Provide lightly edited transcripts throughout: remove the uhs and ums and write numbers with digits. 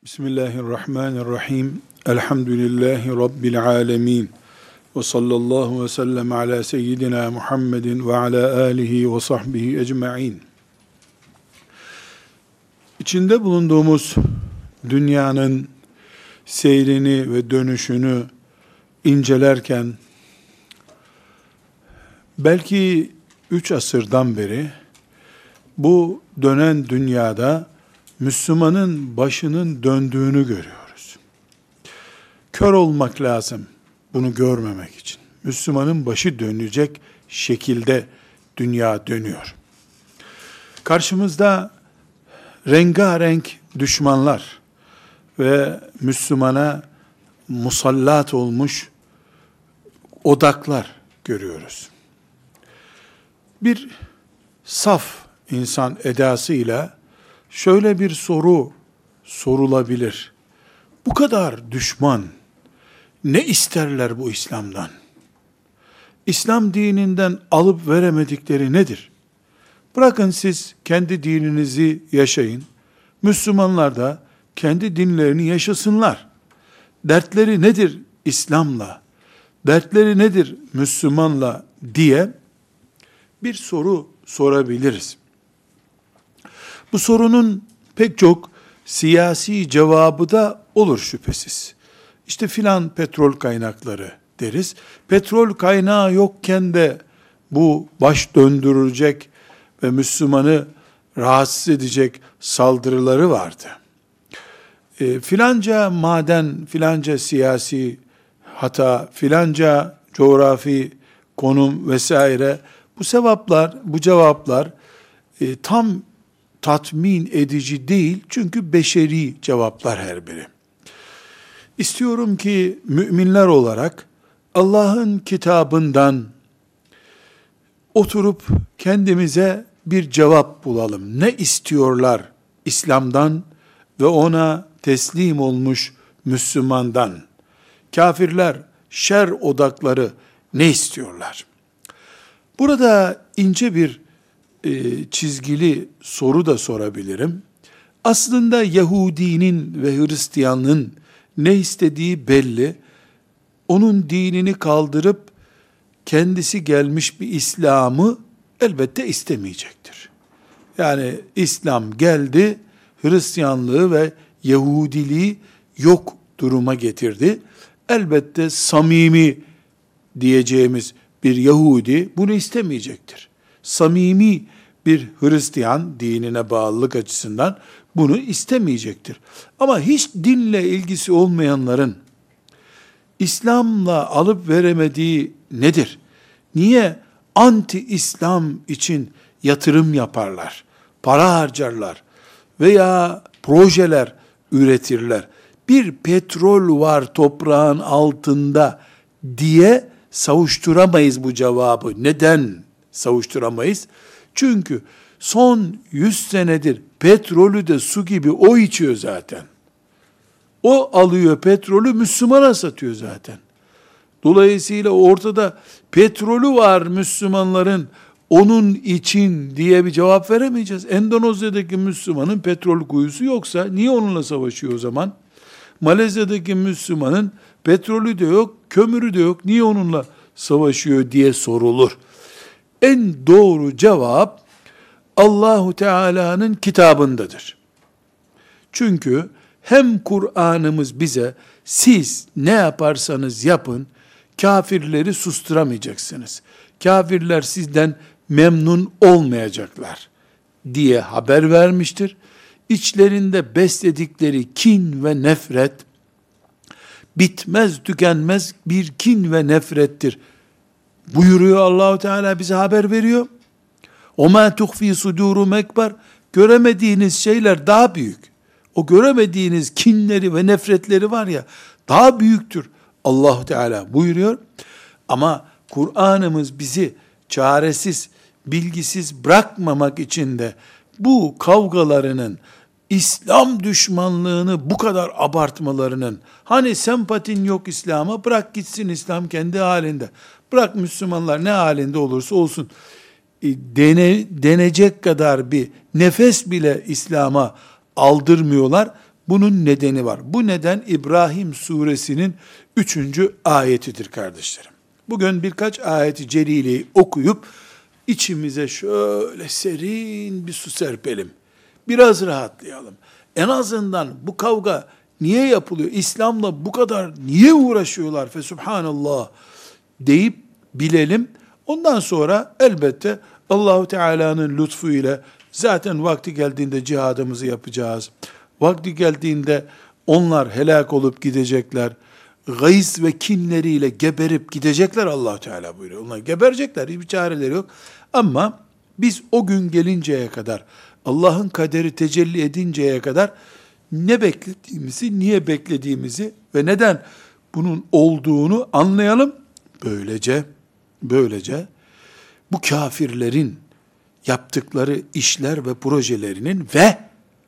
Bismillahirrahmanirrahim. Elhamdülillahi Rabbil alemin. Ve sallallahu ve sellem ala seyyidina Muhammedin ve ala alihi ve sahbihi ecma'in. İçinde bulunduğumuz dünyanın seyrini ve dönüşünü incelerken, belki 3 asırdan beri bu dönen dünyada Müslümanın başının döndüğünü görüyoruz. Kör olmak lazım bunu görmemek için. Müslümanın başı dönecek şekilde dünya dönüyor. Karşımızda rengarenk düşmanlar ve Müslümana musallat olmuş odaklar görüyoruz. Bir saf insan edasıyla şöyle bir soru sorulabilir. Bu kadar düşman ne isterler bu İslam'dan? İslam dininden alıp veremedikleri nedir? Bırakın siz kendi dininizi yaşayın. Müslümanlar da kendi dinlerini yaşasınlar. Dertleri nedir İslam'la? Dertleri nedir Müslümanla diye bir soru sorabiliriz. Bu sorunun pek çok siyasi cevabı da olur şüphesiz. İşte filan petrol kaynakları deriz. Petrol kaynağı yokken de bu baş döndürülecek ve Müslümanı rahatsız edecek saldırıları vardı. Filanca maden, filanca siyasi hata, filanca coğrafi konum vesaire, bu cevaplar tam tatmin edici değil, çünkü beşeri cevaplar her biri. İstiyorum ki müminler olarak Allah'ın kitabından oturup kendimize bir cevap bulalım. Ne istiyorlar İslam'dan ve ona teslim olmuş Müslümandan? Kafirler, şer odakları ne istiyorlar? Burada ince bir çizgili soru da sorabilirim. Aslında Yahudinin ve Hristiyanın ne istediği belli. Onun dinini kaldırıp kendisi gelmiş bir İslam'ı elbette istemeyecektir. Yani İslam geldi, Hristiyanlığı ve Yahudiliği yok duruma getirdi. Elbette samimi diyeceğimiz bir Yahudi bunu istemeyecektir. Samimi bir Hristiyan dinine bağlılık açısından bunu istemeyecektir. Ama hiç dinle ilgisi olmayanların İslam'la alıp veremediği nedir? Niye anti-İslam için yatırım yaparlar, para harcarlar veya projeler üretirler? Bir petrol var toprağın altında diye savuşturamayız bu cevabı. Neden savuşturamayız? Çünkü son 100 senedir petrolü de su gibi o içiyor zaten. O alıyor petrolü, Müslümana satıyor zaten. Dolayısıyla ortada petrolü var Müslümanların, onun için diye bir cevap veremeyeceğiz. Endonezya'daki Müslümanın petrol kuyusu yoksa niye onunla savaşıyor o zaman? Malezya'daki Müslümanın petrolü de yok, kömürü de yok, niye onunla savaşıyor diye sorulur. En doğru cevap Allahu Teala'nın kitabındadır. Çünkü hem Kur'an'ımız bize siz ne yaparsanız yapın kafirleri susturamayacaksınız, kafirler sizden memnun olmayacaklar diye haber vermiştir. İçlerinde besledikleri kin ve nefret bitmez tükenmez bir kin ve nefrettir buyuruyor Allahu Teala, bize haber veriyor. O ma tuhfi sudurum ekber. Göremediğiniz şeyler daha büyük. O göremediğiniz kinleri ve nefretleri var ya, daha büyüktür Allahu Teala buyuruyor. Ama Kur'an'ımız bizi çaresiz, bilgisiz bırakmamak için de bu kavgalarının, İslam düşmanlığını bu kadar abartmalarının, hani sempatin yok İslam'a, bırak gitsin İslam kendi halinde, bırak Müslümanlar ne halinde olursa olsun, denecek kadar bir nefes bile İslam'a aldırmıyorlar. Bunun nedeni var. Bu neden İbrahim suresinin 3. ayetidir kardeşlerim. Bugün birkaç ayeti celileyi okuyup içimize şöyle serin bir su serpelim. Biraz rahatlayalım. En azından bu kavga niye yapılıyor? İslam'la bu kadar niye uğraşıyorlar? Fesubhanallah deyip bilelim. Ondan sonra elbette Allahu Teala'nın lütfu ile zaten vakti geldiğinde cihadımızı yapacağız. Vakti geldiğinde onlar helak olup gidecekler. Gayz ve kinleriyle geberip gidecekler Allahu Teala buyuruyor. Onlar geberecekler, hiçbir çareleri yok. Ama biz o gün gelinceye kadar, Allah'ın kaderi tecelli edinceye kadar ne beklediğimizi, niye beklediğimizi ve neden bunun olduğunu anlayalım. Böylece bu kafirlerin yaptıkları işler ve projelerinin ve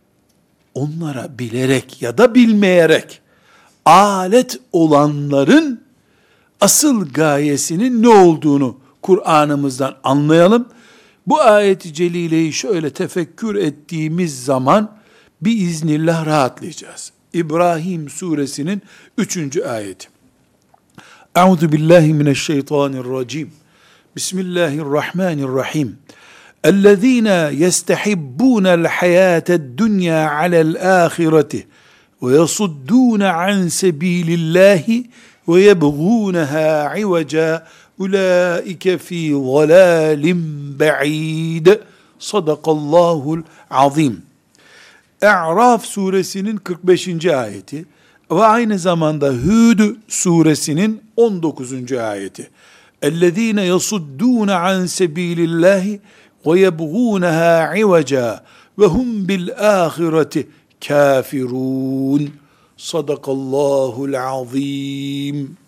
onlara bilerek ya da bilmeyerek alet olanların asıl gayesinin ne olduğunu Kur'an'ımızdan anlayalım. Bu ayeti celileyi şöyle tefekkür ettiğimiz zaman biiznillah rahatlayacağız. İbrahim suresinin 3. ayeti. Euzu billahi mineşşeytanirracim. Bismillahirrahmanirrahim. اَلَّذ۪ينَ يَسْتَحِبُّونَ الْحَيَاةَ الدُّنْيَا عَلَى الْآخِرَةِ وَيَصُدُّونَ عَنْ سَب۪يلِ اللّٰهِ وَيَبْغُونَهَا عِوَجًا اُولَٰئِكَ ف۪ي ضَلَالٍ بَع۪يدٍ Sadakallahu azim. E'raf suresinin 45. ayeti ve aynı zamanda Hud suresinin 19. ayeti. اَلَّذ۪ينَ يَصُدُّونَ عَنْ سَب۪يلِ اللّٰهِ وَيَبْغُونَهَا عِوَجًا وَهُمْ بِالْآخِرَةِ كَافِرُونَ Sadakallahul azim.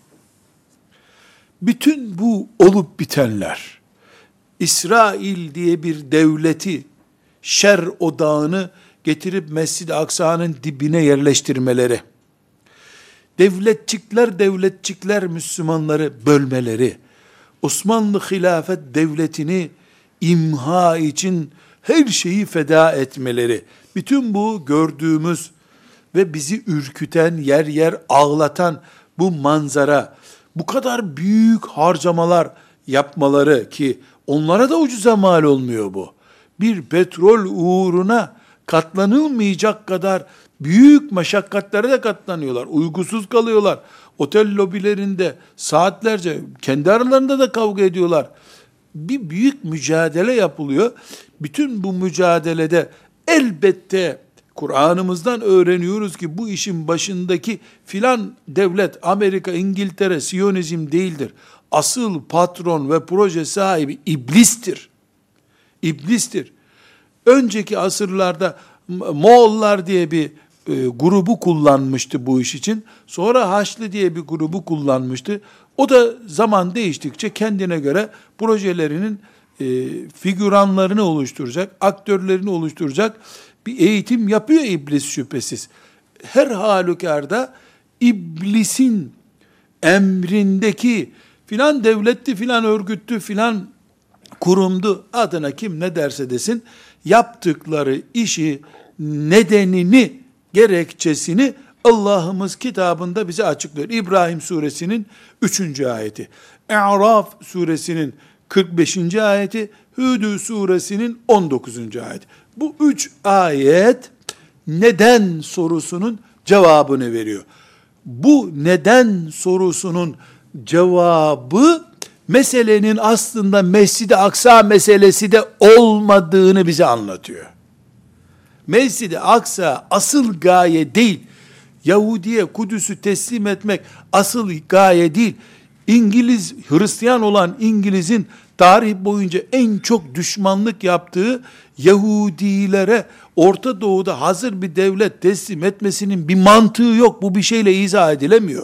Bütün bu olup bitenler, İsrail diye bir devleti, şer odağını getirip Mescid-i Aksa'nın dibine yerleştirmeleri, devletçikler Müslümanları bölmeleri, Osmanlı hilafet devletini imha için her şeyi feda etmeleri, bütün bu gördüğümüz ve bizi ürküten, yer yer ağlatan bu manzara, bu kadar büyük harcamalar yapmaları ki onlara da ucuza mal olmuyor bu. Bir petrol uğruna katlanılmayacak kadar büyük meşakkatlere de katlanıyorlar. Uykusuz kalıyorlar. Otel lobilerinde saatlerce kendi aralarında da kavga ediyorlar. Bir büyük mücadele yapılıyor. Bütün bu mücadelede elbette Kur'an'ımızdan öğreniyoruz ki bu işin başındaki filan devlet, Amerika, İngiltere, Siyonizm değildir. Asıl patron ve proje sahibi iblistir. İblistir. Önceki asırlarda Moğollar diye bir grubu kullanmıştı bu iş için. Sonra Haçlı diye bir grubu kullanmıştı. O da zaman değiştikçe kendine göre projelerinin figüranlarını oluşturacak, aktörlerini oluşturacak bir eğitim yapıyor iblis şüphesiz. Her halükarda iblisin emrindeki filan devletti, filan örgüttü, filan kurumdu, adına kim ne derse desin, yaptıkları işi, nedenini, gerekçesini Allah'ımız kitabında bize açıklıyor. İbrahim suresinin 3. ayeti, E'raf suresinin 45. ayeti, Hud suresinin 19. ayeti. Bu 3 ayet neden sorusunun cevabını veriyor. Bu neden sorusunun cevabı meselenin aslında Mescid-i Aksa meselesi de olmadığını bize anlatıyor. Mescid-i Aksa asıl gaye değil. Yahudiye Kudüs'ü teslim etmek asıl gaye değil. İngiliz, Hristiyan olan İngiliz'in tarih boyunca en çok düşmanlık yaptığı Yahudilere Orta Doğu'da hazır bir devlet teslim etmesinin bir mantığı yok. Bu bir şeyle izah edilemiyor.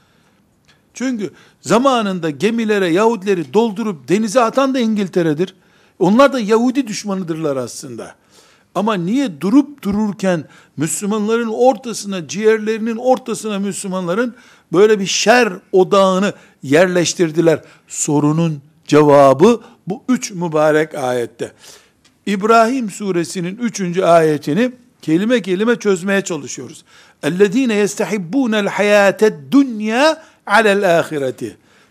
Çünkü zamanında gemilere Yahudileri doldurup denize atan da İngiltere'dir. Onlar da Yahudi düşmanıdırlar aslında. Ama niye durup dururken Müslümanların ortasına, ciğerlerinin ortasına Müslümanların böyle bir şer odağını yerleştirdiler? Sorunun cevabı bu 3 mübarek ayette. İbrahim suresinin 3. ayetini kelime kelime çözmeye çalışıyoruz. اَلَّذ۪ينَ يَسْتَحِبُّونَ الْحَيَاةَ الدُّنْيَا عَلَى الْآخِرَةِ.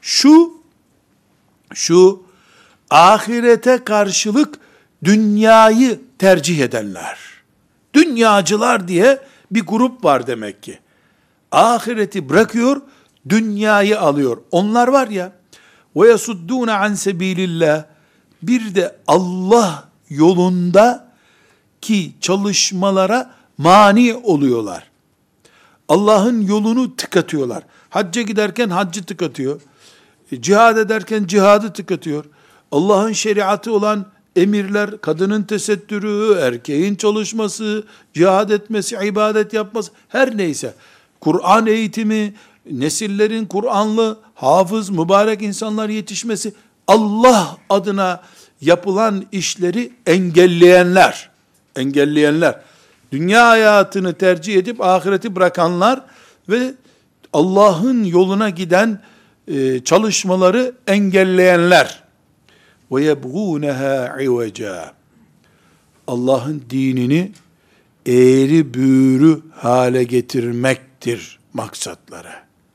Şu ahirete karşılık dünyayı tercih edenler. Dünyacılar diye bir grup var demek ki. Ahireti bırakıyor, dünyayı alıyor. Onlar var ya, وَيَسُدُّونَ عَنْ سَب۪يلِ اللّٰهِ. Bir de Allah yolunda ki çalışmalara mani oluyorlar. Allah'ın yolunu tıkatıyorlar. Hacca giderken haccı tıkatıyor. Cihad ederken cihadı tıkatıyor. Allah'ın şeriatı olan emirler, kadının tesettürü, erkeğin çalışması, cihad etmesi, ibadet yapması, her neyse, Kur'an eğitimi, nesillerin Kur'anlı, hafız, mübarek insanlar yetişmesi, Allah adına yapılan işleri engelleyenler, dünya hayatını tercih edip ahireti bırakanlar ve Allah'ın yoluna giden çalışmaları engelleyenler. وَيَبْغُونَهَا عِوَجًا. Allah'ın dinini eğri büğrü hale getirmektir maksatları.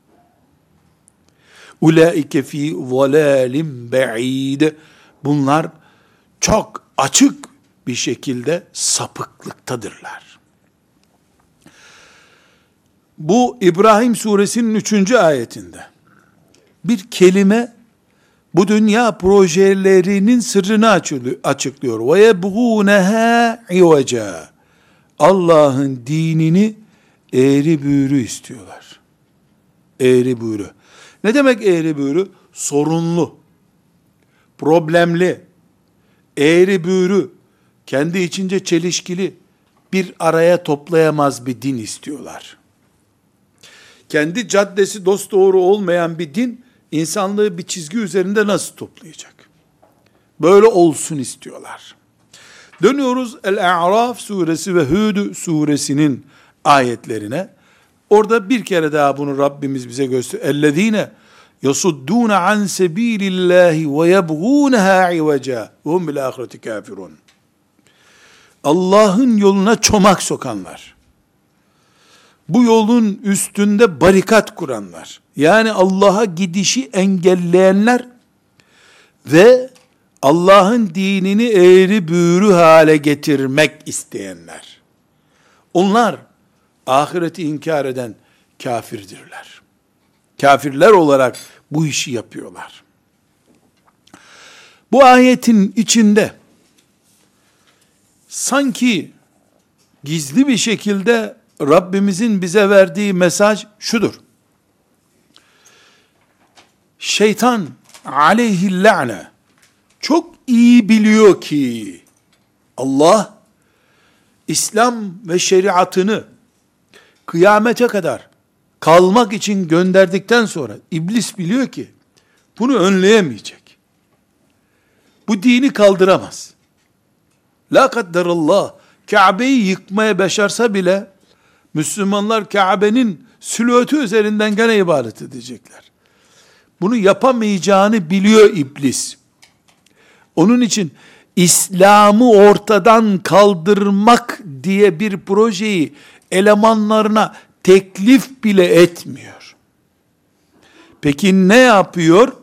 اُولَٰئِكَ ف۪ي ضَلَالٍ بَعِيدٍ. Bunlar çok açık bir şekilde sapıklıktadırlar. Bu İbrahim suresinin 3. ayetinde bir kelime bu dünya projelerinin sırrını açıklıyor. وَيَبْغُونَهَا عِوَجًا. Allah'ın dinini eğri büğrü istiyorlar. Eğri büğrü. Ne demek eğri büğrü? Sorunlu, problemli, eğri büğrü, kendi içince çelişkili, bir araya toplayamaz bir din istiyorlar. Kendi caddesi dosdoğru olmayan bir din, insanlığı bir çizgi üzerinde nasıl toplayacak? Böyle olsun istiyorlar. Dönüyoruz El-A'raf suresi ve Hud suresinin ayetlerine. Orada bir kere daha bunu Rabbimiz bize gösteriyor. اَلَّذ۪ينَ يَصُدُّونَ عَنْ سَب۪يلِ اللّٰهِ وَيَبْغُونَهَا عِوَجًا وَهُمْ بِالْآخِرَةِ كَافِرُونَ. Allah'ın yoluna çomak sokanlar, bu yolun üstünde barikat kuranlar, yani Allah'a gidişi engelleyenler ve Allah'ın dinini eğri büğrü hale getirmek isteyenler, onlar ahireti inkar eden kafirdirler. Kafirler olarak bu işi yapıyorlar. Bu ayetin içinde sanki gizli bir şekilde Rabbimizin bize verdiği mesaj şudur: şeytan aleyhillâne çok iyi biliyor ki Allah İslam ve şeriatını kıyamete kadar kalmak için gönderdikten sonra iblis biliyor ki bunu önleyemeyecek. Bu dini kaldıramaz. La kadderallah, Kabe'yi yıkmaya başarsa bile Müslümanlar Kabe'nin silüeti üzerinden gene ibadet edecekler. Bunu yapamayacağını biliyor iblis. Onun için İslam'ı ortadan kaldırmak diye bir projeyi elemanlarına teklif bile etmiyor. Peki ne yapıyor?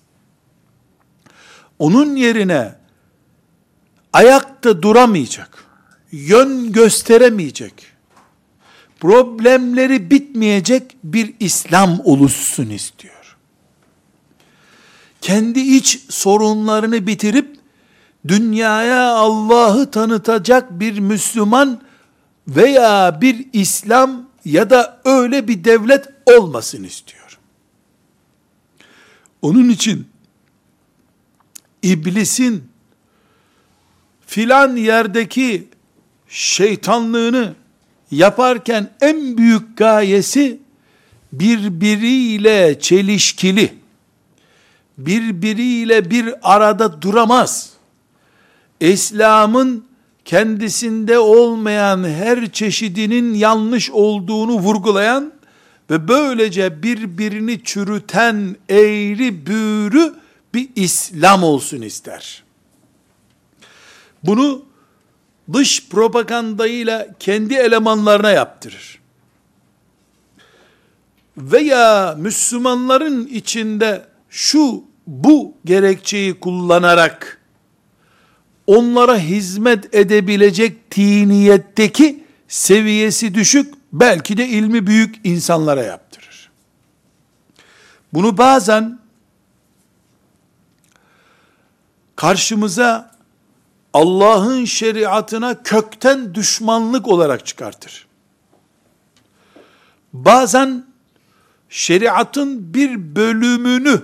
Onun yerine ayakta duramayacak, yön gösteremeyecek, problemleri bitmeyecek bir İslam oluşsun istiyor. Kendi iç sorunlarını bitirip dünyaya Allah'ı tanıtacak bir Müslüman veya bir İslam ya da öyle bir devlet olmasın istiyor. Onun için iblisin filan yerdeki şeytanlığını yaparken en büyük gayesi birbiriyle çelişkili, birbiriyle bir arada duramaz, İslam'ın kendisinde olmayan her çeşidinin yanlış olduğunu vurgulayan ve böylece birbirini çürüten eğri büğrü bir İslam olsun ister. Bunu dış propagandayla kendi elemanlarına yaptırır. Veya Müslümanların içinde bu gerekçeyi kullanarak onlara hizmet edebilecek tiniyetteki seviyesi düşük, belki de ilmi büyük insanlara yaptırır. Bunu bazen karşımıza Allah'ın şeriatına kökten düşmanlık olarak çıkartır. Bazen şeriatın bir bölümünü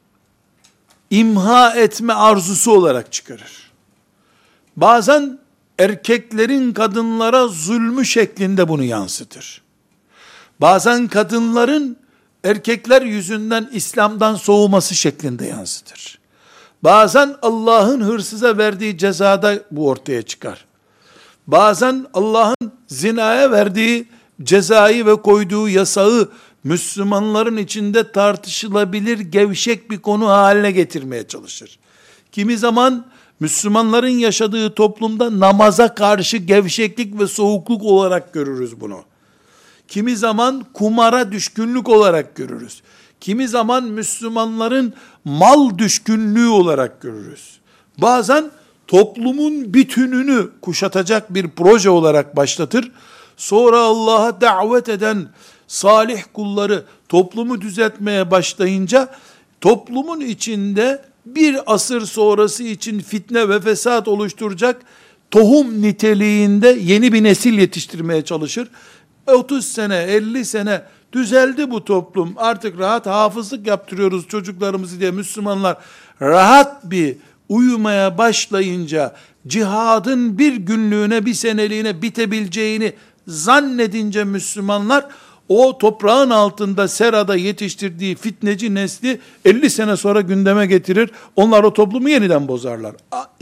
imha etme arzusu olarak çıkarır. Bazen erkeklerin kadınlara zulmü şeklinde bunu yansıtır. Bazen kadınların erkekler yüzünden İslam'dan soğuması şeklinde yansıtır. Bazen Allah'ın hırsıza verdiği cezada bu ortaya çıkar. Bazen Allah'ın zinaya verdiği cezayı ve koyduğu yasağı Müslümanların içinde tartışılabilir gevşek bir konu haline getirmeye çalışır. Kimi zaman Müslümanların yaşadığı toplumda namaza karşı gevşeklik ve soğukluk olarak görürüz bunu. Kimi zaman kumara düşkünlük olarak görürüz. Kimi zaman Müslümanların mal düşkünlüğü olarak görürüz. Bazen toplumun bütününü kuşatacak bir proje olarak başlatır. Sonra Allah'a davet eden salih kulları toplumu düzeltmeye başlayınca toplumun içinde bir asır sonrası için fitne ve fesat oluşturacak tohum niteliğinde yeni bir nesil yetiştirmeye çalışır. 30 sene, 50 sene düzeldi bu toplum, artık rahat hafızlık yaptırıyoruz çocuklarımızı diye Müslümanlar rahat bir uyumaya başlayınca, cihadın bir günlüğüne, bir seneliğine bitebileceğini zannedince Müslümanlar, o toprağın altında serada yetiştirdiği fitneci nesli 50 sene sonra gündeme getirir. Onlar o toplumu yeniden bozarlar.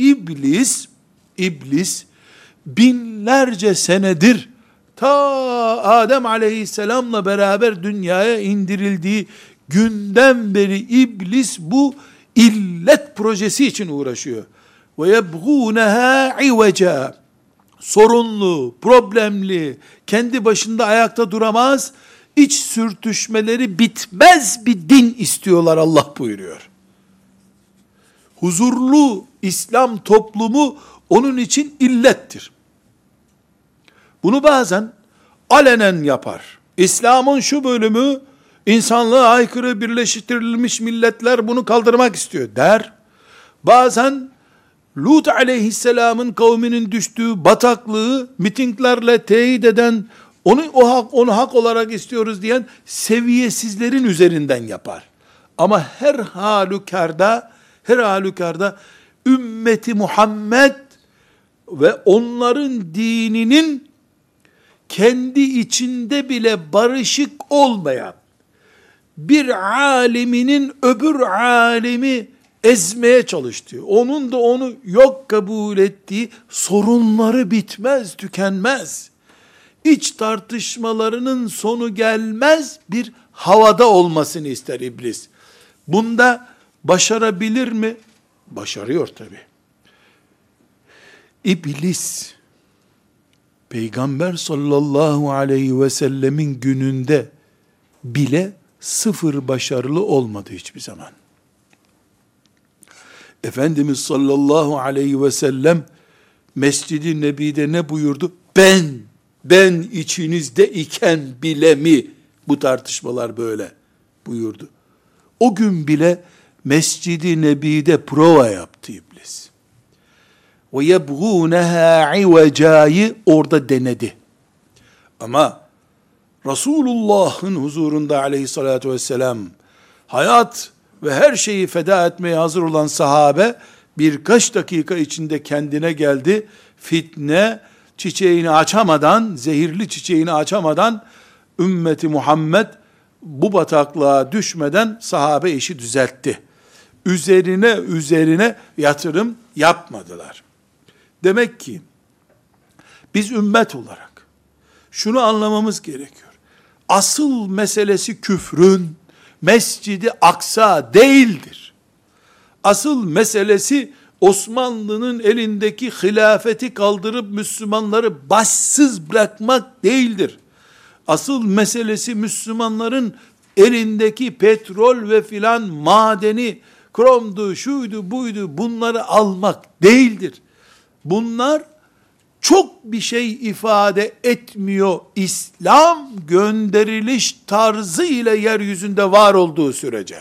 İblis binlerce senedir ta Adem aleyhisselamla beraber dünyaya indirildiği günden beri iblis bu illet projesi için uğraşıyor. Ve yebğûneha iveca, sorunlu, problemli, kendi başında ayakta duramaz, iç sürtüşmeleri bitmez bir din istiyorlar, Allah buyuruyor. Huzurlu İslam toplumu onun için illettir. Bunu bazen alenen yapar. İslam'ın şu bölümü insanlığa aykırı, Birleştirilmiş Milletler bunu kaldırmak istiyor der. Bazen Lut aleyhisselamın kavminin düştüğü bataklığı mitinglerle teyit eden, onu hak olarak istiyoruz diyen seviyesizlerin üzerinden yapar. Ama her halükarda ümmeti Muhammed ve onların dininin kendi içinde bile barışık olmayan bir aliminin öbür alimi ezmeye çalıştığı, onun da onu yok kabul ettiği, sorunları bitmez, tükenmez, İç tartışmalarının sonu gelmez bir havada olmasını ister iblis. Bunda başarabilir mi? Başarıyor tabi. İblis, Peygamber sallallahu aleyhi ve sellemin gününde bile sıfır başarılı olmadı hiçbir zaman. Efendimiz sallallahu aleyhi ve sellem Mescid-i Nebi'de ne buyurdu? Ben içinizde iken bile mi bu tartışmalar böyle buyurdu. O gün bile Mescid-i Nebi'de prova yaptı iblis. Ve yebğûneha ivecâ'yı orada denedi. Ama Resulullah'ın huzurunda aleyhissalatu vesselam hayat ve her şeyi feda etmeye hazır olan sahabe birkaç dakika içinde kendine geldi. Fitne çiçeğini açamadan, zehirli çiçeğini açamadan ümmeti Muhammed bu bataklığa düşmeden sahabe işi düzeltti. Üzerine yatırım yapmadılar. Demek ki biz ümmet olarak şunu anlamamız gerekiyor. Asıl meselesi küfrün Mescid-i Aksa değildir. Asıl meselesi Osmanlı'nın elindeki hilafeti kaldırıp Müslümanları başsız bırakmak değildir. Asıl meselesi Müslümanların elindeki petrol ve filan madeni, kromdu, şuydu, buydu, bunları almak değildir. Bunlar çok bir şey ifade etmiyor. İslam gönderiliş tarzı ile yeryüzünde var olduğu sürece.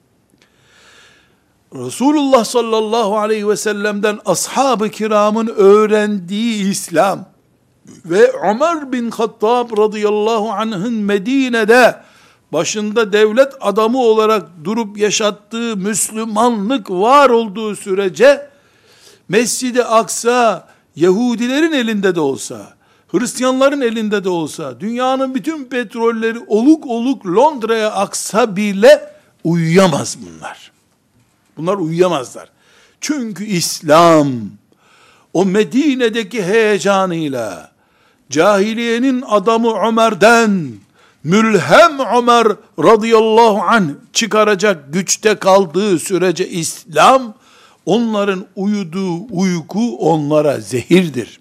Resulullah sallallahu aleyhi ve sellem'den ashab-ı kiramın öğrendiği İslam ve Ömer bin Hattab radıyallahu anh'ın Medine'de başında devlet adamı olarak durup yaşattığı Müslümanlık var olduğu sürece Mescid-i Aksa Yahudilerin elinde de olsa, Hristiyanların elinde de olsa, dünyanın bütün petrolleri oluk oluk Londra'ya aksa bile uyuyamaz bunlar. Bunlar uyuyamazlar. Çünkü İslam o Medine'deki heyecanıyla cahiliyenin adamı Ömer'den mülhem Ömer radıyallahu anh çıkaracak güçte kaldığı sürece İslam onların uyuduğu uyku onlara zehirdir.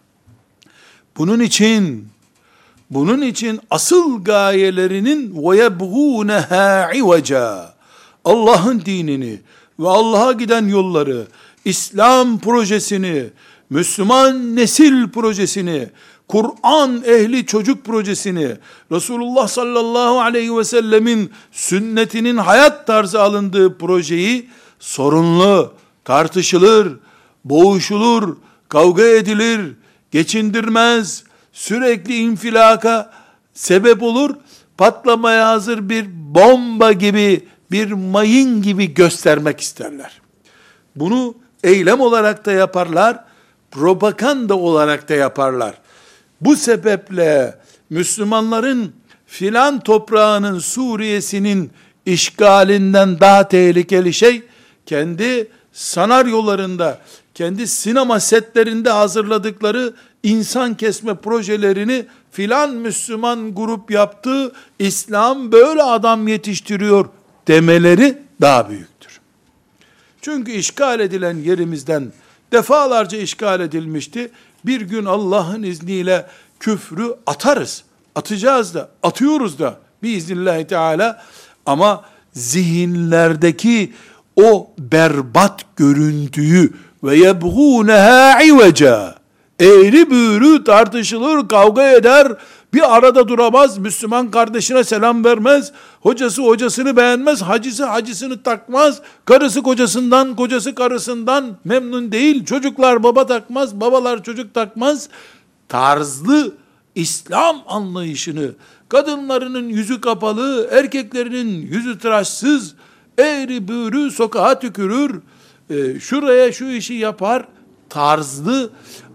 Bunun için asıl gayelerinin وَيَبْغُونَهَا عِوَجًا Allah'ın dinini ve Allah'a giden yolları, İslam projesini, Müslüman nesil projesini, Kur'an ehli çocuk projesini, Resulullah sallallahu aleyhi ve sellemin sünnetinin hayat tarzı alındığı projeyi sorunlu, tartışılır, boğuşulur, kavga edilir, geçindirmez, sürekli infilaka sebep olur, patlamaya hazır bir bomba gibi, bir mayın gibi göstermek isterler. Bunu eylem olarak da yaparlar, propaganda olarak da yaparlar. Bu sebeple Müslümanların filan toprağının Suriye'sinin işgalinden daha tehlikeli şey, kendi senaryolarında, kendi sinema setlerinde hazırladıkları insan kesme projelerini filan Müslüman grup yaptı, İslam böyle adam yetiştiriyor demeleri daha büyüktür. Çünkü işgal edilen yerimizden defalarca işgal edilmişti. Bir gün Allah'ın izniyle küfrü atarız. Atacağız da, atıyoruz da biiznillahü teala. Ama zihinlerdeki o berbat görüntüyü ve yebğûneha iveca, eğri büğrü tartışılır, kavga eder, bir arada duramaz, Müslüman kardeşine selam vermez, hocası hocasını beğenmez, hacısı hacısını takmaz, karısı kocasından, kocası karısından memnun değil, çocuklar baba takmaz, babalar çocuk takmaz, tarzlı İslam anlayışını, kadınlarının yüzü kapalı, erkeklerinin yüzü tıraşsız, eğri büğrü sokağa tükürür, şuraya şu işi yapar, tarzlı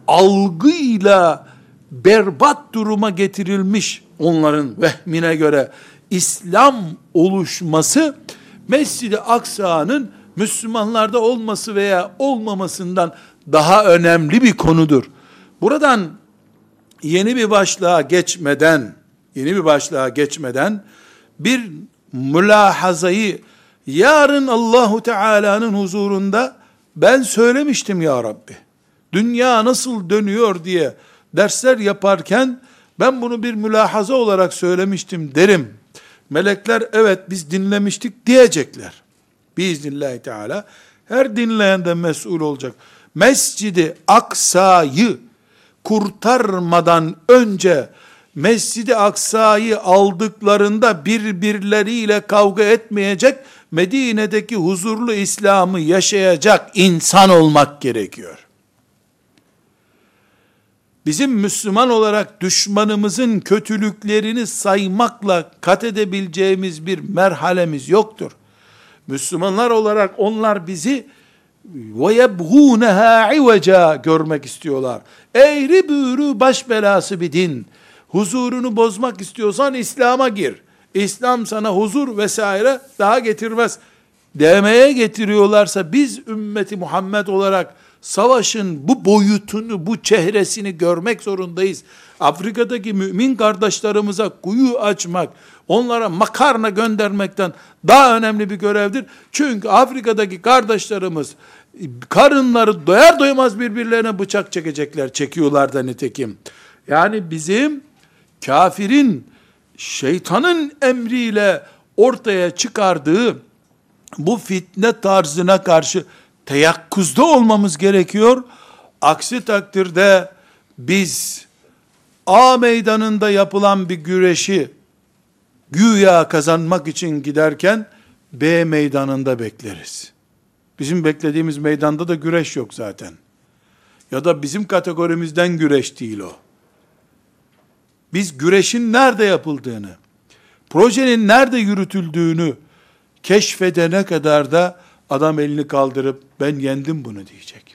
algıyla berbat duruma getirilmiş onların vehmine göre İslam oluşması, Mescid-i Aksa'nın Müslümanlarda olması veya olmamasından daha önemli bir konudur. Buradan yeni bir başlığa geçmeden bir mülahazayı yarın Allahu Teala'nın huzurunda ben söylemiştim ya Rabbi, dünya nasıl dönüyor diye dersler yaparken ben bunu bir mülahaza olarak söylemiştim derim. Melekler evet biz dinlemiştik diyecekler. Biiznillahü Teala her dinleyen de mesul olacak. Mescid-i Aksa'yı kurtarmadan önce Mescid-i Aksa'yı aldıklarında birbirleriyle kavga etmeyecek, Medine'deki huzurlu İslam'ı yaşayacak insan olmak gerekiyor. Bizim Müslüman olarak düşmanımızın kötülüklerini saymakla kat edebileceğimiz bir merhalemiz yoktur. Müslümanlar olarak onlar bizi وَيَبْغُونَهَا عِوَجًا görmek istiyorlar. Eğri büğrü baş belası bir din. Huzurunu bozmak istiyorsan İslam'a gir. İslam sana huzur vesaire daha getirmez demeye getiriyorlarsa biz ümmeti Muhammed olarak savaşın bu boyutunu, bu çehresini görmek zorundayız. Afrika'daki mümin kardeşlerimize kuyu açmak, onlara makarna göndermekten daha önemli bir görevdir. Çünkü Afrika'daki kardeşlerimiz Karınları doyar doymaz birbirlerine bıçak çekecekler. Çekiyorlar da nitekim. Yani bizim kafirin, şeytanın emriyle ortaya çıkardığı bu fitne tarzına karşı teyakkuzda olmamız gerekiyor. Aksi takdirde biz A meydanında yapılan bir güreşi güya kazanmak için giderken B meydanında bekleriz. Bizim beklediğimiz meydanda da güreş yok zaten. Ya da bizim kategorimizden güreş değil o. Biz güreşin nerede yapıldığını, projenin nerede yürütüldüğünü keşfedene kadar da adam elini kaldırıp ben yendim bunu diyecek.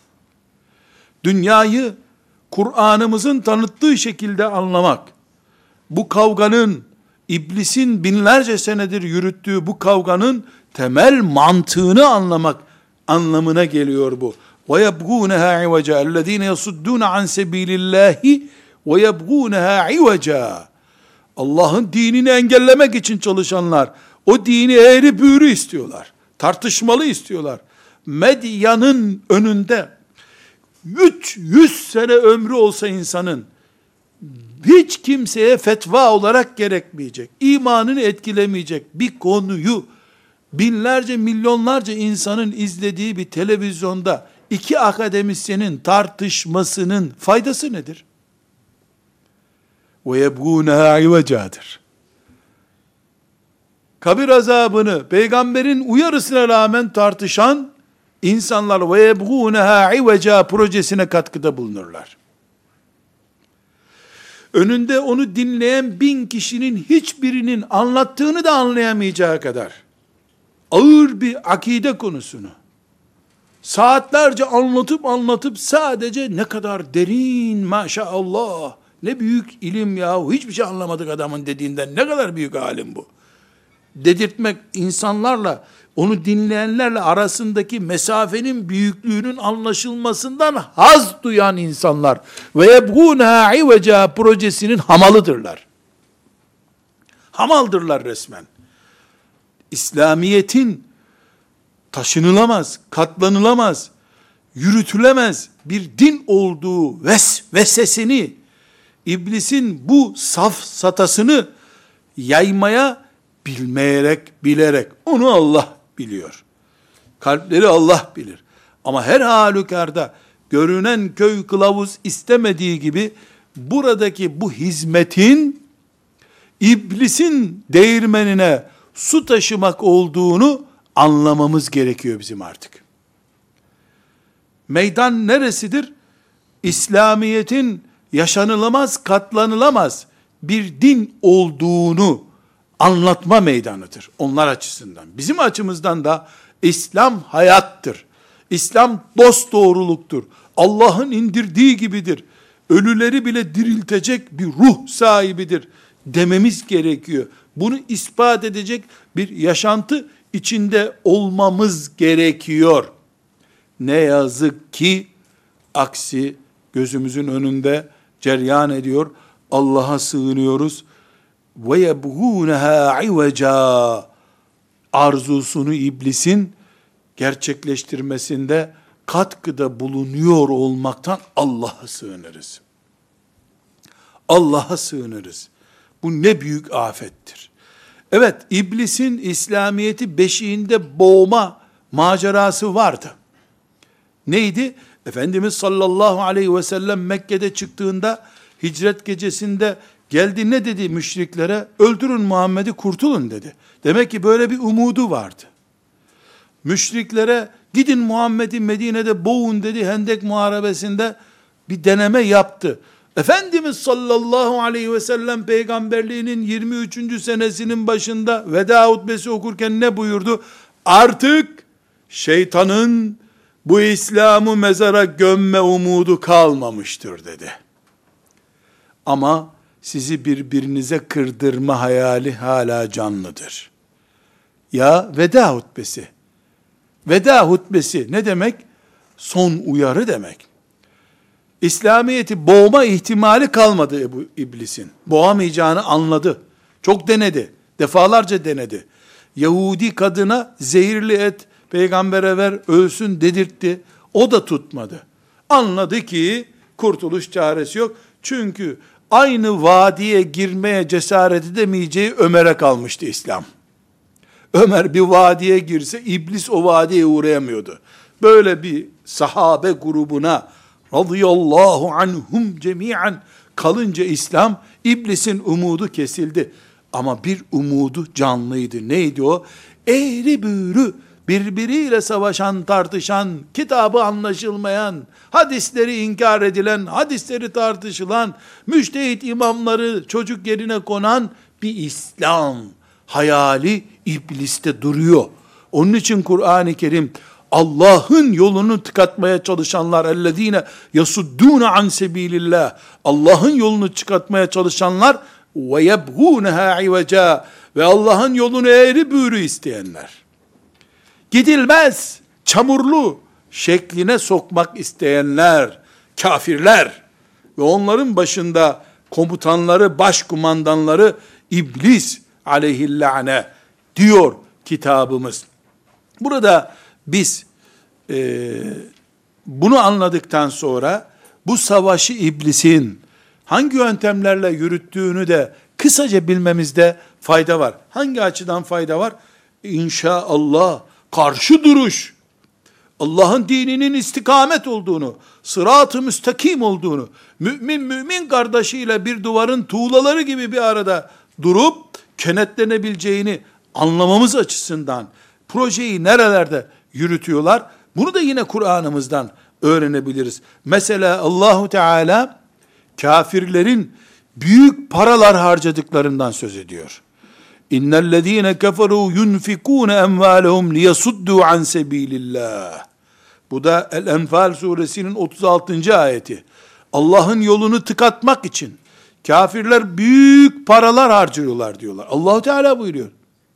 Dünyayı Kur'an'ımızın tanıttığı şekilde anlamak, bu kavganın, iblisin binlerce senedir yürüttüğü bu kavganın temel mantığını anlamak anlamına geliyor bu. وَيَبْغُونَهَا عِوَجًا الَّذ۪ينَ يَصُدُّونَ عَنْ سَب۪يلِ اللّٰهِ وَيَبْغُونَهَا عِوَجًا Allah'ın dinini engellemek için çalışanlar, o dini eğri büğrü istiyorlar. Tartışmalı istiyorlar. Medyanın önünde 300 sene ömrü olsa insanın, hiç kimseye fetva olarak gerekmeyecek, imanını etkilemeyecek bir konuyu, binlerce, milyonlarca insanın izlediği bir televizyonda, iki akademisyenin tartışmasının faydası nedir? وَيَبْغُونَهَا عِوَجَاdır. Kabir azabını peygamberin uyarısına rağmen tartışan insanlar وَيَبْغُونَهَا عِوَجَا projesine katkıda bulunurlar. Önünde onu dinleyen 1000 kişinin hiçbirinin anlattığını da anlayamayacağı kadar ağır bir akide konusunu saatlerce anlatıp sadece ne kadar derin maşallah, ne büyük ilim yahu, hiçbir şey anlamadık adamın dediğinden, ne kadar büyük alim bu dedirtmek, insanlarla, onu dinleyenlerle arasındaki mesafenin büyüklüğünün anlaşılmasından haz duyan insanlar ve yebgûnâ ivecâ projesinin hamalıdırlar. Hamaldırlar resmen. İslamiyet'in taşınılamaz, katlanılamaz, yürütülemez bir din olduğu vesvesesini, iblisin bu safsatasını yaymaya bilmeyerek, bilerek, onu Allah biliyor. Kalpleri Allah bilir. Ama her halükarda görünen köy kılavuz istemediği gibi buradaki bu hizmetin iblisin değirmenine su taşımak olduğunu anlamamız gerekiyor bizim artık. Meydan neresidir? İslamiyet'in yaşanılamaz, katlanılamaz bir din olduğunu anlatma meydanıdır onlar açısından. Bizim açımızdan da İslam hayattır. İslam dosdoğruluktur. Allah'ın indirdiği gibidir. Ölüleri bile diriltecek bir ruh sahibidir dememiz gerekiyor. Bunu ispat edecek bir yaşantı içinde olmamız gerekiyor. Ne yazık ki aksi gözümüzün önünde cereyan ediyor. Allah'a sığınıyoruz. Ve yebgûneha ivecâ arzusunu iblisin gerçekleştirmesinde katkıda bulunuyor olmaktan Allah'a sığınırız. Allah'a sığınırız. Bu ne büyük afettir. Evet, iblisin İslamiyet'i beşiğinde boğma macerası vardı. Neydi? Efendimiz sallallahu aleyhi ve sellem Mekke'de çıktığında hicret gecesinde geldi, ne dedi müşriklere? Öldürün Muhammed'i, kurtulun dedi. Demek ki böyle bir umudu vardı. Müşriklere gidin Muhammed'i Medine'de boğun dedi, Hendek Muharebesi'nde bir deneme yaptı. Efendimiz sallallahu aleyhi ve sellem peygamberliğinin 23. senesinin başında veda hutbesi okurken ne buyurdu? Artık şeytanın bu İslam'ı mezara gömme umudu kalmamıştır dedi. Ama sizi birbirinize kırdırma hayali hala canlıdır. Ya veda hutbesi. Veda hutbesi ne demek? Son uyarı demek. İslamiyet'i boğma ihtimali kalmadı bu iblisin. Boğamayacağını anladı. Çok denedi. Defalarca denedi. Yahudi kadına zehirli et peygambere ver ölsün dedirtti. O da tutmadı. Anladı ki kurtuluş çaresi yok. Çünkü aynı vadiye girmeye cesaret edemeyeceği Ömer'e kalmıştı İslam. Ömer bir vadiye girse iblis o vadiye uğrayamıyordu. Böyle bir sahabe grubuna radıyallahu anhum cemiyen kalınca İslam, iblisin umudu kesildi. Ama bir umudu canlıydı. Neydi o? Eğri büğrü birbiriyle savaşan, tartışan, kitabı anlaşılmayan, hadisleri inkar edilen, hadisleri tartışılan, müştehit imamları çocuk yerine konan bir İslam hayali ibliste duruyor. Onun için Kur'an-ı Kerim Allah'ın yolunu tıkatmaya çalışanlar, ellezine yasuddûne an sebilillah, Allah'ın yolunu tıkatmaya çalışanlar ve yebgûneha iveca, ve Allah'ın yolunu eğri büğrü isteyenler, gidilmez, çamurlu şekline sokmak isteyenler, kafirler ve onların başında komutanları, başkumandanları iblis aleyhillâne diyor kitabımız. Burada biz bunu anladıktan sonra bu savaşı iblisin hangi yöntemlerle yürüttüğünü de kısaca bilmemizde fayda var. Hangi açıdan fayda var? İnşallah karşı duruş, Allah'ın dininin istikamet olduğunu, sırat-ı müstakim olduğunu, mümin kardeşiyle bir duvarın tuğlaları gibi bir arada durup kenetlenebileceğini anlamamız açısından projeyi nerelerde yürütüyorlar? Bunu da yine Kur'an'ımızdan öğrenebiliriz. Mesela Allahu Teala kafirlerin büyük paralar harcadıklarından söz ediyor. İnnellezîne keferû yunfikûne emvâlehum liyasuddû an sebîlillâh. Bu da El-Enfal suresinin 36. ayeti. Allah'ın yolunu tıkatmak için kafirler büyük paralar harcıyorlar diyorlar. Allahu Teala buyuruyor.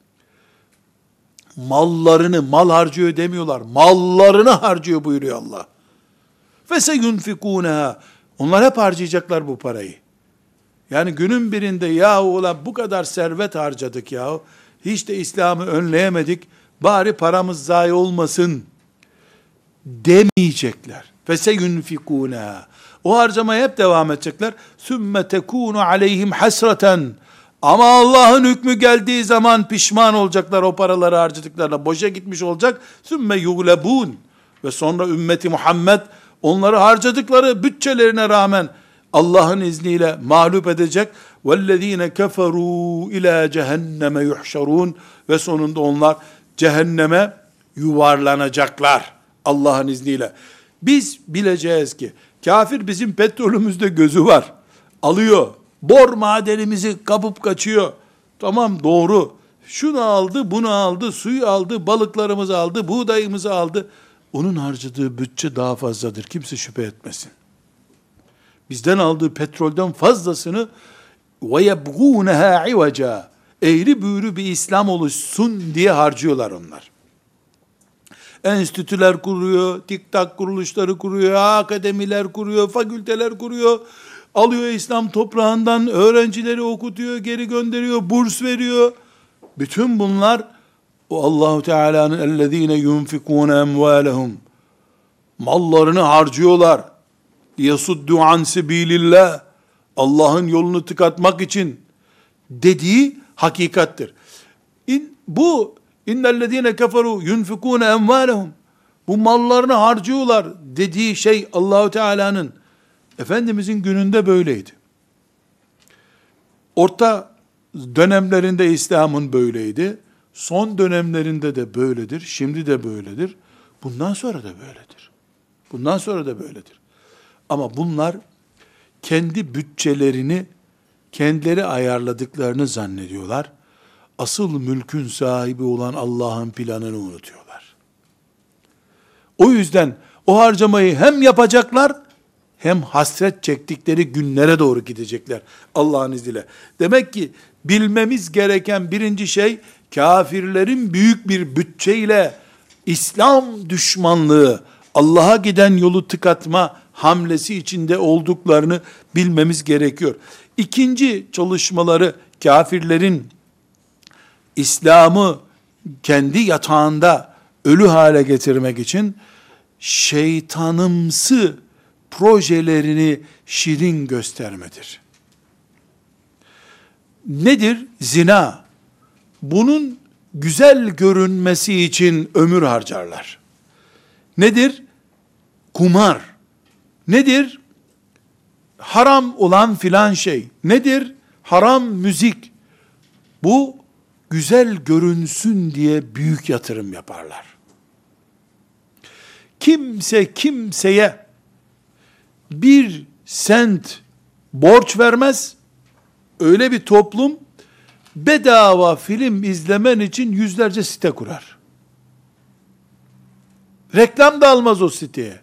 Mallarını, mal harcıyor demiyorlar. Mallarını harcıyor buyuruyor Allah. فَسَيُنْفِقُونَهَا. Onlar hep harcayacaklar bu parayı. Yani günün birinde yahu ulan bu kadar servet harcadık yahu, hiç de İslam'ı önleyemedik, bari paramız zayi olmasın demeyecekler. فَسَيُنْفِقُونَهَا. O harcamaya hep devam edecekler. ثُمَّ تَكُونُ عَلَيْهِمْ حَسْرَةً. Ama Allah'ın hükmü geldiği zaman pişman olacaklar, o paraları harcadıklarına boşa gitmiş olacak. ثُمَّ يُغْلَبُونَ. Ve sonra ümmeti Muhammed onları harcadıkları bütçelerine rağmen Allah'ın izniyle mağlup edecek. وَالَّذ۪ينَ كَفَرُوا اِلَى جَهَنَّمَ يُحْشَرُونَ. Ve sonunda onlar cehenneme yuvarlanacaklar Allah'ın izniyle. Biz bileceğiz ki kafir bizim petrolümüzde gözü var. Alıyor. Bor madenimizi kapıp kaçıyor. Tamam, doğru. Şunu aldı, bunu aldı, suyu aldı, balıklarımızı aldı, buğdayımızı aldı. Onun harcadığı bütçe daha fazladır. Kimse şüphe etmesin. Bizden aldığı petrolden fazlasını وَيَبْغُونَهَا عِوَجًا, eğri büğrü bir İslam oluşsun diye harcıyorlar onlar. Enstitüler kuruyor, TikTok kuruluşları kuruyor, akademiler kuruyor, fakülteler kuruyor. Alıyor İslam toprağından öğrencileri okutuyor, geri gönderiyor, burs veriyor. Bütün bunlar o Allahu Teala'nın ellezine yunfikun emvalehum, mallarını harcıyorlar. Yasuddu an sebilillah, Allah'ın yolunu tıkatmak için dediği hakikattir. Bu innellezine keferu yunfikun emvalehum, bu mallarını harcıyorlar dediği şey Allahu Teala'nın, Efendimizin gününde böyleydi. Orta dönemlerinde İslam'ın böyleydi. Son dönemlerinde de böyledir. Şimdi de böyledir. Bundan sonra da böyledir. Bundan sonra da böyledir. Ama bunlar kendi bütçelerini kendileri ayarladıklarını zannediyorlar. Asıl mülkün sahibi olan Allah'ın planını unutuyorlar. O yüzden o harcamayı hem yapacaklar, hem hasret çektikleri günlere doğru gidecekler Allah'ın izniyle. Demek ki bilmemiz gereken birinci şey, kafirlerin büyük bir bütçeyle İslam düşmanlığı, Allah'a giden yolu tıkatma hamlesi içinde olduklarını bilmemiz gerekiyor. İkinci çalışmaları, kafirlerin İslam'ı kendi yatağında ölü hale getirmek için şeytanımsı projelerini şirin göstermedir. Nedir? Zina. Bunun güzel görünmesi için ömür harcarlar. Nedir? Kumar. Nedir? Haram olan filan şey. Nedir? Haram müzik. Bu güzel görünsün diye büyük yatırım yaparlar. Kimse kimseye bir sent borç vermez. Öyle bir toplum bedava film izlemen için yüzlerce site kurar. Reklam da almaz o siteye.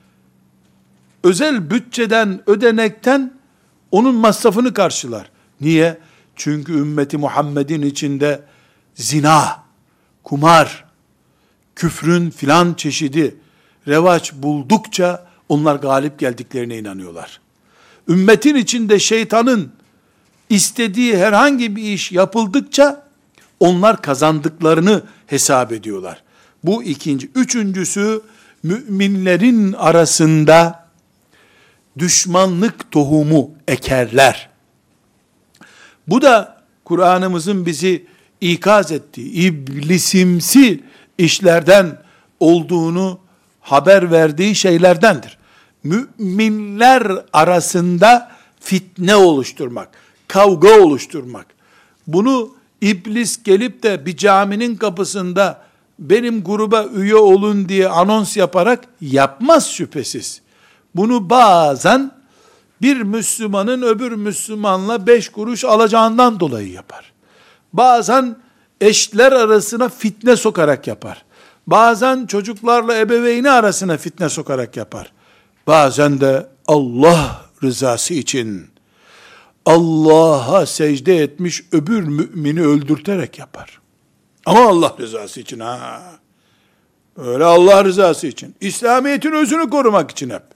Özel bütçeden, ödenekten onun masrafını karşılar. Niye? Çünkü ümmeti Muhammed'in içinde zina, kumar, küfrün filan çeşidi revaç buldukça onlar galip geldiklerine inanıyorlar. Ümmetin içinde şeytanın istediği herhangi bir iş yapıldıkça onlar kazandıklarını hesap ediyorlar. Bu ikinci. Üçüncüsü, müminlerin arasında düşmanlık tohumu ekerler. Bu da Kur'an'ımızın bizi ikaz ettiği iblisimsi işlerden olduğunu haber verdiği şeylerdendir. Müminler arasında fitne oluşturmak, kavga oluşturmak. Bunu iblis gelip de bir caminin kapısında benim gruba üye olun diye anons yaparak yapmaz şüphesiz. Bunu bazen bir Müslümanın öbür Müslümanla 5 kuruş alacağından dolayı yapar. Bazen eşler arasına fitne sokarak yapar. Bazen çocuklarla ebeveyni arasına fitne sokarak yapar. Bazen de Allah rızası için Allah'a secde etmiş öbür mümini öldürterek yapar. Ama Allah rızası için ha. Öyle Allah rızası için. İslamiyet'in özünü korumak için hep.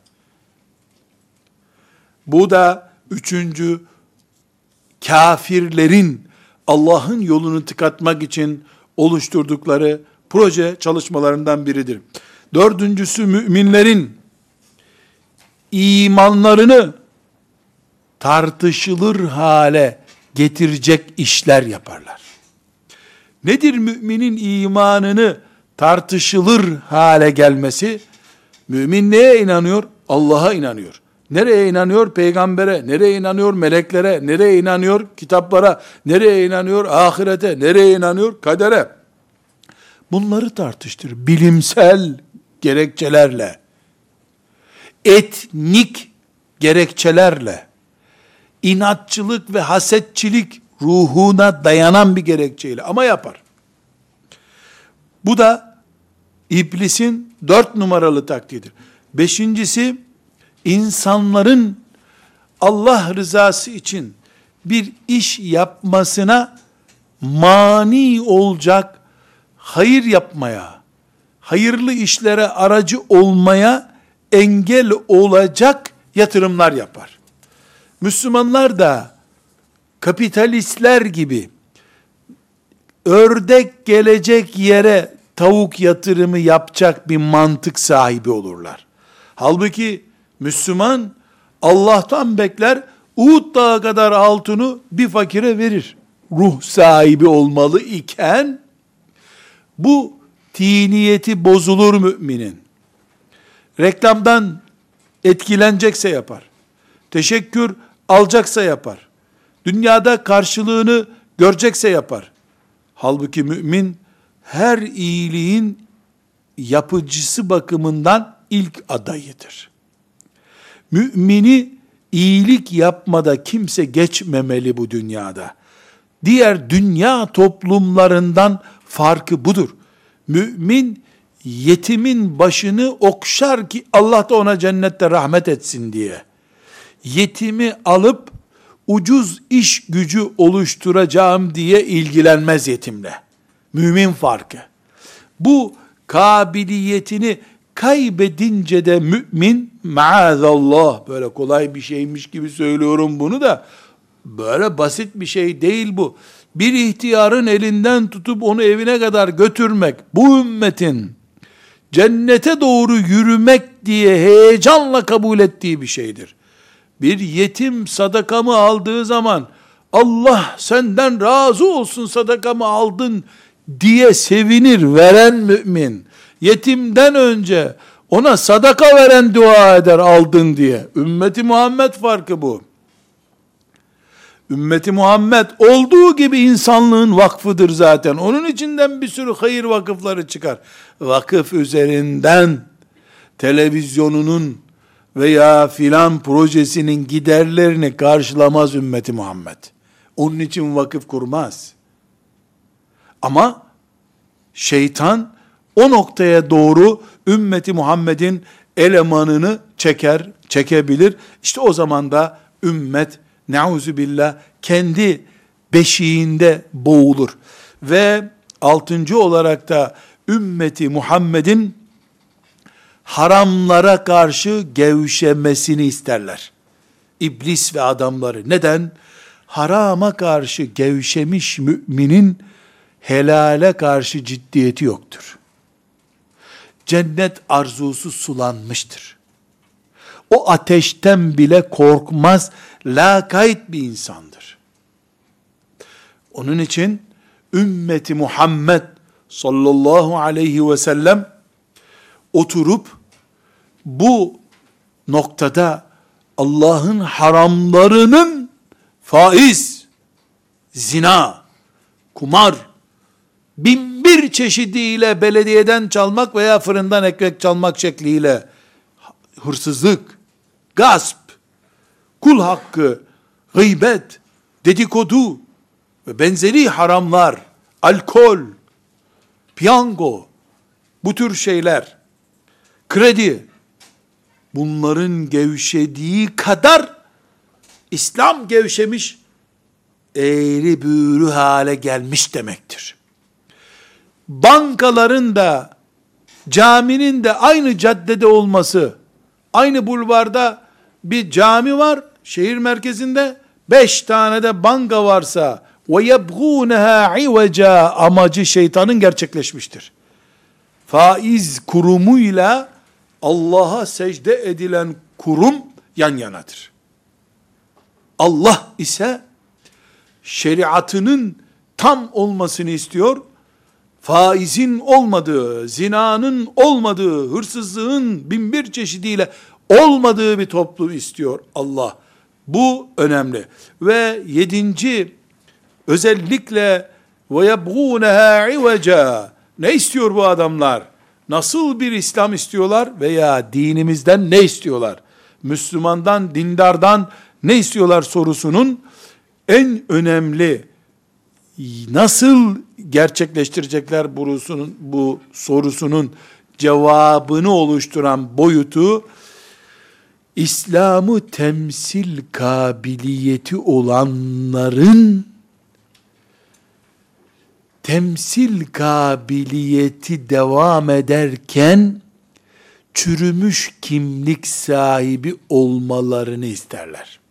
Bu da üçüncü, kafirlerin Allah'ın yolunu tıkatmak için oluşturdukları proje çalışmalarından biridir. Dördüncüsü, müminlerin imanlarını tartışılır hale getirecek işler yaparlar. Nedir müminin imanını tartışılır hale gelmesi? Mümin neye inanıyor? Allah'a inanıyor. Nereye inanıyor? Peygambere. Nereye inanıyor? Meleklere. Nereye inanıyor? Kitaplara. Nereye inanıyor? Ahirete. Nereye inanıyor? Kadere. Bunları tartıştır. Bilimsel gerekçelerle, etnik gerekçelerle, inatçılık ve hasetçilik ruhuna dayanan bir gerekçeyle ama yapar. Bu da iblisin 4 numaralı taktiğidir. 5.'si, insanların Allah rızası için bir iş yapmasına mani olacak, hayır yapmaya, hayırlı işlere aracı olmaya engel olacak yatırımlar yapar. Müslümanlar da kapitalistler gibi ördek gelecek yere tavuk yatırımı yapacak bir mantık sahibi olurlar. Halbuki Müslüman Allah'tan bekler, Uhud dağı kadar altını bir fakire verir. Ruh sahibi olmalı iken bu tiniyeti bozulur müminin. Reklamdan etkilenecekse yapar. Teşekkür alacaksa yapar. Dünyada karşılığını görecekse yapar. Halbuki mümin her iyiliğin yapıcısı bakımından ilk adayıdır. Mümini iyilik yapmada kimse geçmemeli bu dünyada. Diğer dünya toplumlarından farkı budur. Mümin yetimin başını okşar ki Allah da ona cennette rahmet etsin diye. Yetimi alıp ucuz iş gücü oluşturacağım diye ilgilenmez yetimle. Mümin farkı. Bu kabiliyetini kaybedince de mümin, maazallah, böyle kolay bir şeymiş gibi söylüyorum bunu da, böyle basit bir şey değil bu. Bir ihtiyarın elinden tutup onu evine kadar götürmek, bu ümmetin cennete doğru yürümek diye heyecanla kabul ettiği bir şeydir. Bir yetim sadakamı aldığı zaman, Allah senden razı olsun sadakamı aldın diye sevinir veren mümin. Yetimden önce ona sadaka veren dua eder aldın diye. Ümmeti Muhammed farkı bu. Ümmeti Muhammed olduğu gibi insanlığın vakfıdır zaten. Onun içinden bir sürü hayır vakıfları çıkar. Vakıf üzerinden televizyonunun veya filan projesinin giderlerini karşılamaz ümmeti Muhammed. Onun için vakıf kurmaz. Ama şeytan o noktaya doğru ümmeti Muhammed'in elemanını çekebilir. İşte o zaman da ümmet neuzübillah kendi beşiğinde boğulur. Ve 6. olarak da ümmeti Muhammed'in haramlara karşı gevşemesini isterler. İblis ve adamları. Neden? Harama karşı gevşemiş müminin helale karşı ciddiyeti yoktur. Cennet arzusu sulanmıştır. O ateşten bile korkmaz, lakayt bir insandır. Onun için ümmeti Muhammed sallallahu aleyhi ve sellem oturup bu noktada Allah'ın haramlarının faiz, zina, kumar, binbir çeşidiyle belediyeden çalmak veya fırından ekmek çalmak şekliyle hırsızlık, gasp, kul hakkı, gıybet, dedikodu ve benzeri haramlar, alkol, piyango, bu tür şeyler, kredi, bunların gevşediği kadar İslam gevşemiş, eğri büğrü hale gelmiş demektir. Bankaların da, caminin de aynı caddede olması, aynı bulvarda bir cami var, şehir merkezinde 5 tane de banka varsa, وَيَبْغُونَهَا عِوَجًا amacı şeytanın gerçekleşmiştir. Faiz kurumuyla Allah'a secde edilen kurum yan yanadır. Allah ise şeriatının tam olmasını istiyor. Faizin olmadığı, zinanın olmadığı, hırsızlığın binbir çeşidiyle olmadığı bir toplum istiyor Allah. Bu önemli. Ve 7. özellikle وَيَبْغُونَهَا عِوَجًا ne istiyor bu adamlar? Nasıl bir İslam istiyorlar veya dinimizden ne istiyorlar? Müslümandan, dindardan ne istiyorlar sorusunun en önemli nasıl gerçekleştirecekler bu sorusunun cevabını oluşturan boyutu İslam'ı temsil kabiliyeti olanların temsil kabiliyeti devam ederken çürümüş kimlik sahibi olmalarını isterler.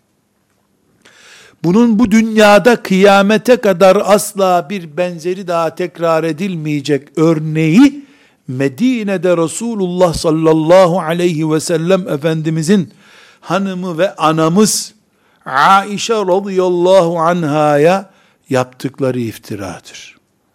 Bunun bu dünyada kıyamete kadar asla bir benzeri daha tekrar edilmeyecek örneği Medine'de Resulullah sallallahu aleyhi ve sellem Efendimizin hanımı ve anamız Aişe radıyallahu anhaya yaptıkları iftiradır.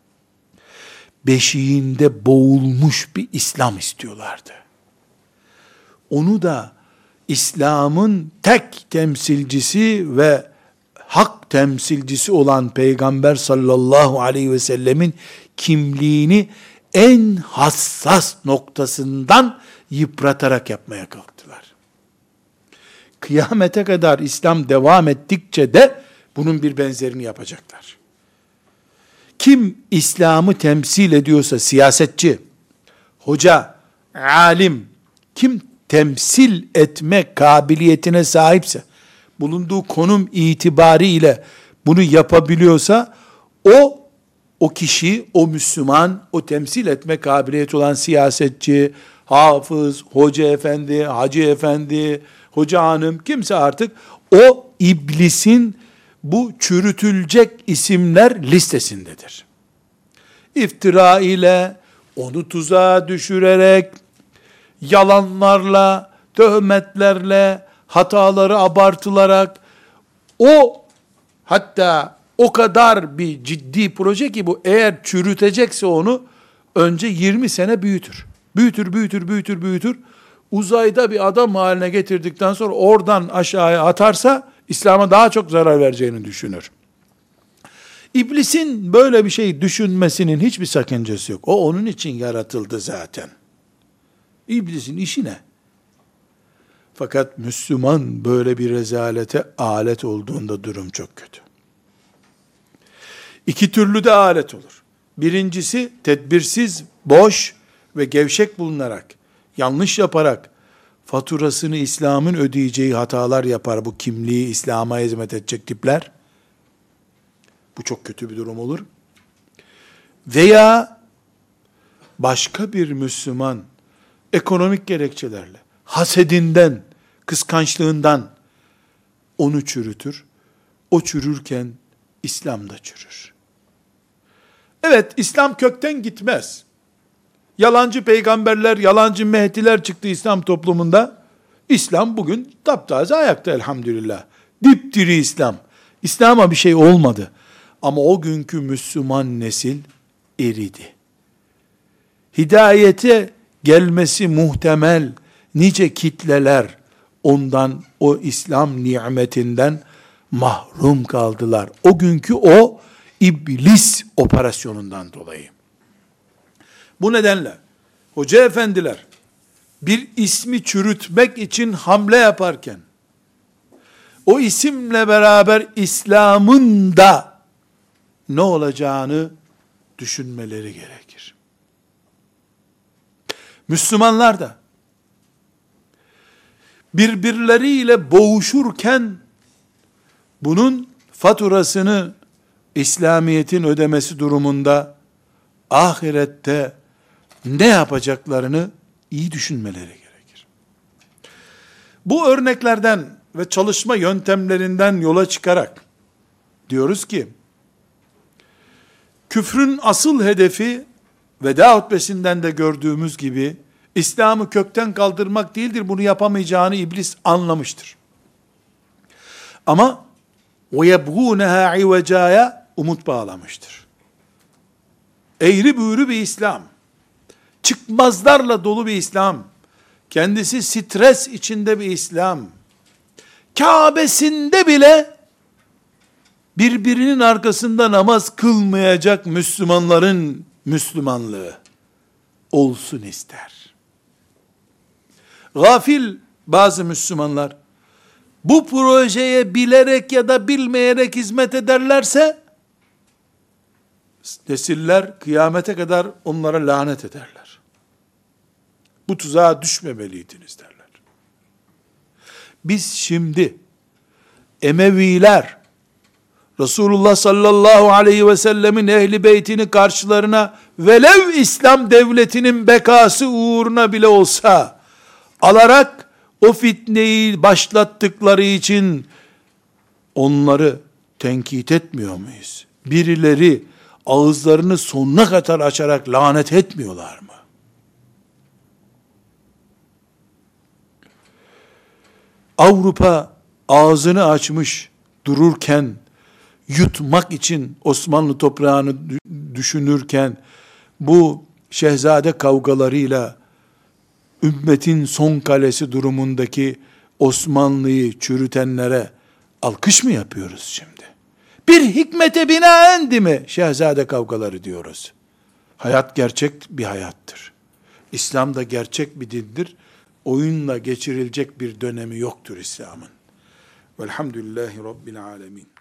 Beşiğinde boğulmuş bir İslam istiyorlardı. Onu da İslam'ın tek temsilcisi ve hak temsilcisi olan Peygamber sallallahu aleyhi ve sellemin kimliğini en hassas noktasından yıpratarak yapmaya kalktılar. Kıyamete kadar İslam devam ettikçe de bunun bir benzerini yapacaklar. Kim İslam'ı temsil ediyorsa siyasetçi, hoca, alim, kim temsil etme kabiliyetine sahipse, bulunduğu konum itibariyle bunu yapabiliyorsa, o kişi, o Müslüman, o temsil etme kabiliyeti olan siyasetçi, hafız, hoca efendi, hacı efendi, hoca hanım, kimse artık o iblisin bu çürütülecek isimler listesindedir. İftira ile, onu tuzağa düşürerek, yalanlarla, töhmetlerle, hataları abartılarak, hatta o kadar bir ciddi proje ki bu, eğer çürütecekse onu, önce 20 sene büyütür. Büyütür. Uzayda bir adam haline getirdikten sonra oradan aşağıya atarsa, İslam'a daha çok zarar vereceğini düşünür. İblisin böyle bir şey düşünmesinin hiçbir sakıncası yok. O onun için yaratıldı zaten. İblisin işi ne? Fakat Müslüman böyle bir rezalete alet olduğunda durum çok kötü. İki türlü de alet olur. Birincisi tedbirsiz, boş ve gevşek bulunarak, yanlış yaparak, faturasını İslam'ın ödeyeceği hatalar yapar bu kimliği İslam'a hizmet edecek tipler. Bu çok kötü bir durum olur. Veya başka bir Müslüman ekonomik gerekçelerle, hasedinden, kıskançlığından onu çürütür. O çürürken İslam da çürür. Evet, İslam kökten gitmez. Yalancı peygamberler, yalancı mehdiler çıktı İslam toplumunda. İslam bugün taptaze ayakta elhamdülillah. Dipdiri İslam. İslam'a bir şey olmadı. Ama o günkü Müslüman nesil eridi. Hidayete gelmesi muhtemel nice kitleler ondan, o İslam nimetinden mahrum kaldılar. O günkü o iblis operasyonundan dolayı. Bu nedenle hoca efendiler bir ismi çürütmek için hamle yaparken, o isimle beraber İslam'ın da ne olacağını düşünmeleri gerekir. Müslümanlar da birbirleriyle boğuşurken bunun faturasını İslamiyet'in ödemesi durumunda ahirette ne yapacaklarını iyi düşünmeleri gerekir. Bu örneklerden ve çalışma yöntemlerinden yola çıkarak diyoruz ki, küfrün asıl hedefi Veda hutbesinden de gördüğümüz gibi İslam'ı kökten kaldırmak değildir. Bunu yapamayacağını iblis anlamıştır. Ama وَيَبْغُونَهَا عِوَجَايَ umut bağlamıştır. Eğri büğrü bir İslam, çıkmazlarla dolu bir İslam, kendisi stres içinde bir İslam, Kabe'sinde bile birbirinin arkasında namaz kılmayacak Müslümanların Müslümanlığı olsun ister. Gafil bazı Müslümanlar bu projeye bilerek ya da bilmeyerek hizmet ederlerse nesiller kıyamete kadar onlara lanet ederler. Bu tuzağa düşmemeliydiniz derler. Biz şimdi Emeviler Resulullah sallallahu aleyhi ve sellemin ehli beytini karşılarına velev İslam devletinin bekası uğruna bile olsa alarak o fitneyi başlattıkları için onları tenkit etmiyor muyuz? Birileri ağızlarını sonuna kadar açarak lanet etmiyorlar mı? Avrupa ağzını açmış dururken, yutmak için Osmanlı toprağını düşünürken, bu şehzade kavgalarıyla ümmetin son kalesi durumundaki Osmanlı'yı çürütenlere alkış mı yapıyoruz şimdi? Bir hikmete binaendi mi şehzade kavgaları diyoruz? Hayat gerçek bir hayattır. İslam da gerçek bir dindir. Oyunla geçirilecek bir dönemi yoktur İslam'ın. Velhamdülillahi Rabbil alemin.